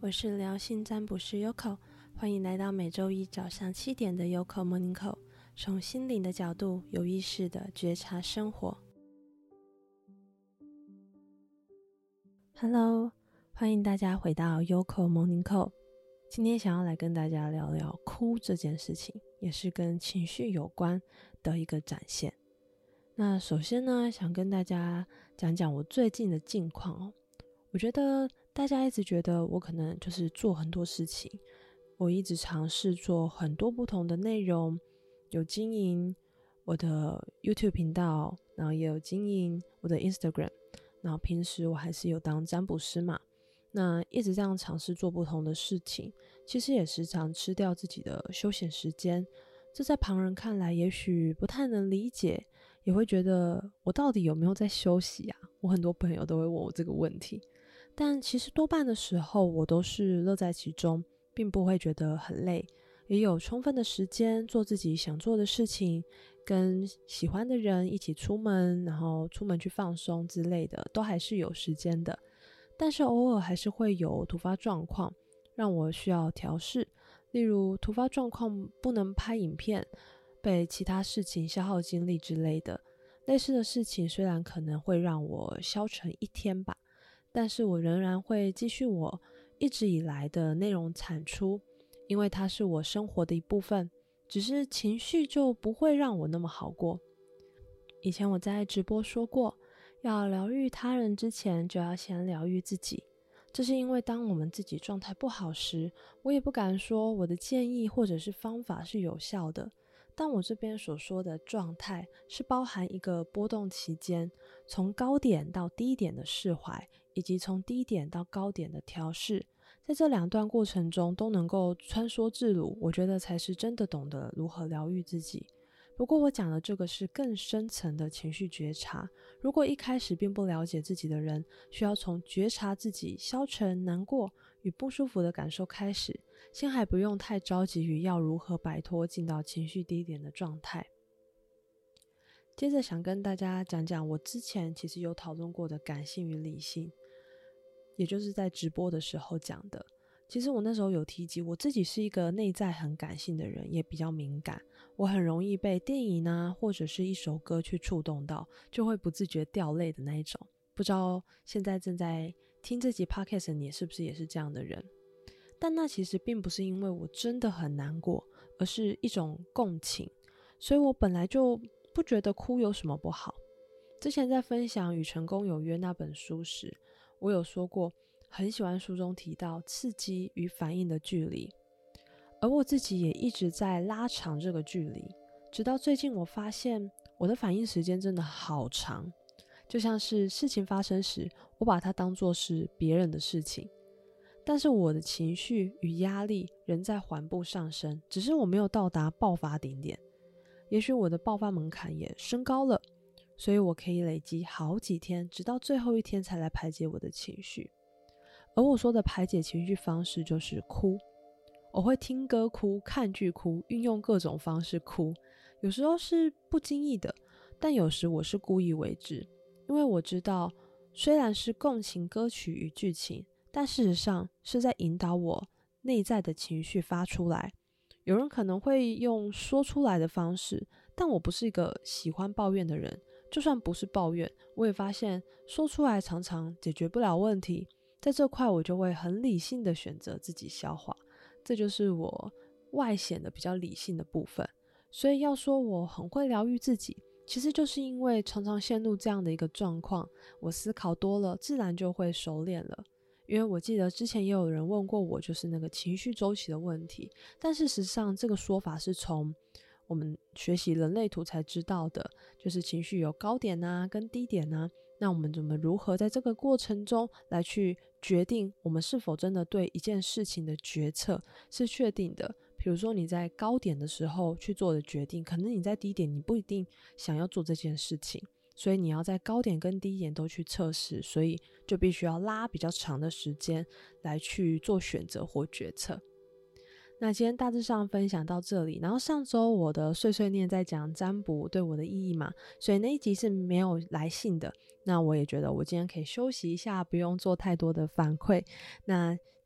我是疗心占卜师 Yoko， 欢迎来到每周一早上7点的 Yoko Morning Call， 从心灵的角度有意识的觉察生活。Hello， 欢迎大家回到 Yoko Morning Call。今天想要来跟大家聊聊哭这件事情，也是跟情绪有关的一个展现。那首先呢，想跟大家讲讲我最近的近况哦。我觉得大家一直觉得我可能就是做很多事情，我一直尝试做很多不同的内容，有经营我的 YouTube 频道，然后也有经营我的 Instagram， 然后平时我还是有当占卜师嘛，那一直这样尝试做不同的事情，其实也时常吃掉自己的休闲时间，这在旁人看来也许不太能理解，也会觉得我到底有没有在休息啊？我很多朋友都会问我这个问题，但其实多半的时候我都是乐在其中，并不会觉得很累，也有充分的时间做自己想做的事情，跟喜欢的人一起出门，然后出门去放松之类的，都还是有时间的。但是偶尔还是会有突发状况让我需要调试，例如突发状况不能拍影片，被其他事情消耗精力之类的。类似的事情虽然可能会让我消沉一天吧，但是我仍然会继续我一直以来的内容产出，因为它是我生活的一部分，只是情绪就不会让我那么好过。以前我在直播说过，要疗愈他人之前就要先疗愈自己，这是因为当我们自己状态不好时，我也不敢说我的建议或者是方法是有效的，但我这边所说的状态是包含一个波动期间，从高点到低点的释怀，以及从低点到高点的调试，在这两段过程中都能够穿梭自如，我觉得才是真的懂得如何疗愈自己。不过我讲的这个是更深层的情绪觉察，如果一开始并不了解自己的人，需要从觉察自己消沉、难过与不舒服的感受开始，先还不用太着急于要如何摆脱进到情绪低点的状态。接着想跟大家讲讲我之前其实有讨论过的感性与理性，也就是在直播的时候讲的。其实我那时候有提及我自己是一个内在很感性的人，也比较敏感，我很容易被电影啊或者是一首歌去触动到，就会不自觉掉泪的那一种。不知道现在正在听这集 podcast 的你是不是也是这样的人？但那其实并不是因为我真的很难过，而是一种共情，所以我本来就不觉得哭有什么不好。之前在分享《与成功有约》那本书时，我有说过很喜欢书中提到刺激与反应的距离，而我自己也一直在拉长这个距离，直到最近我发现我的反应时间真的好长，就像是事情发生时，我把它当作是别人的事情，但是我的情绪与压力仍在缓步上升，只是我没有到达爆发顶点，也许我的爆发门槛也升高了，所以我可以累积好几天，直到最后一天才来排解我的情绪。而我说的排解情绪方式就是哭，我会听歌哭、看剧哭，运用各种方式哭，有时候是不经意的，但有时我是故意为之，因为我知道虽然是共情歌曲与剧情，但事实上是在引导我内在的情绪发出来。有人可能会用说出来的方式，但我不是一个喜欢抱怨的人，就算不是抱怨，我也发现说出来常常解决不了问题，在这块我就会很理性的选择自己消化，这就是我外显的比较理性的部分。所以要说我很会疗愈自己，其实就是因为常常陷入这样的一个状况，我思考多了，自然就会熟练了。因为我记得之前也有人问过我，就是那个情绪周期的问题，但事实上这个说法是从我们学习人类图才知道的，就是情绪有高点啊跟低点啊，那我们如何在这个过程中来去决定我们是否真的对一件事情的决策是确定的。比如说你在高点的时候去做的决定，可能你在低点你不一定想要做这件事情，所以你要在高点跟低点都去测试，所以就必须要拉比较长的时间来去做选择或决策。那今天大致上分享到这里，然后上周我的碎碎念在讲占卜对我的意义嘛，所以那一集是没有来信的，那我也觉得我今天可以休息一下，不用做太多的反馈。那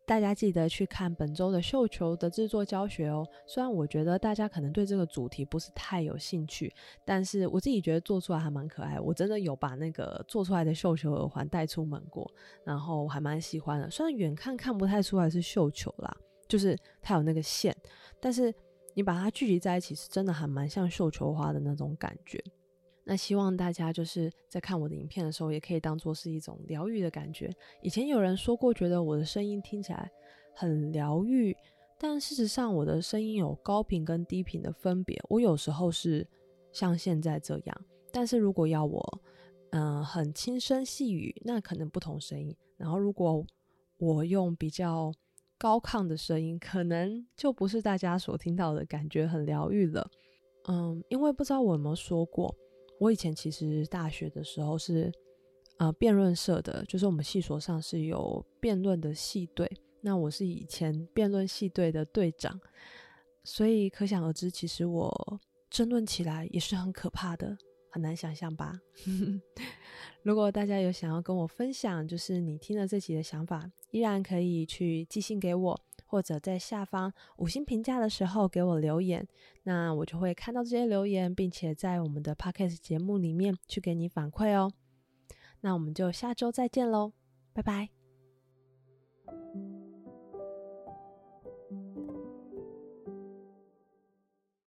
大家记得去看本周的绣球的制作教学哦。虽然我觉得大家可能对这个主题不是太有兴趣，但是我自己觉得做出来还蛮可爱，我真的有把那个做出来的绣球耳环带出门过，然后我还蛮喜欢的。虽然远看不太出来是绣球啦，就是它有那个线，但是你把它聚集在一起是真的还蛮像绣球花的那种感觉。那希望大家就是在看我的影片的时候也可以当作是一种疗愈的感觉。以前有人说过觉得我的声音听起来很疗愈，但事实上我的声音有高频跟低频的分别，我有时候是像现在这样，但是如果要我很轻声细语，那可能不同声音，然后如果我用比较高亢的声音，可能就不是大家所听到的感觉很疗愈了。因为不知道我有没有说过，我以前其实大学的时候是辩论社的，就是我们系所上是有辩论的系队，那我是以前辩论系队的队长，所以可想而知，其实我争论起来也是很可怕的，很难想象吧。如果大家有想要跟我分享就是你听了这集的想法，依然可以去寄信给我，或者在下方5星评价的时候给我留言，那我就会看到这些留言，并且在我们的 Podcast 节目里面去给你反馈哦。那我们就下周再见咯，拜拜。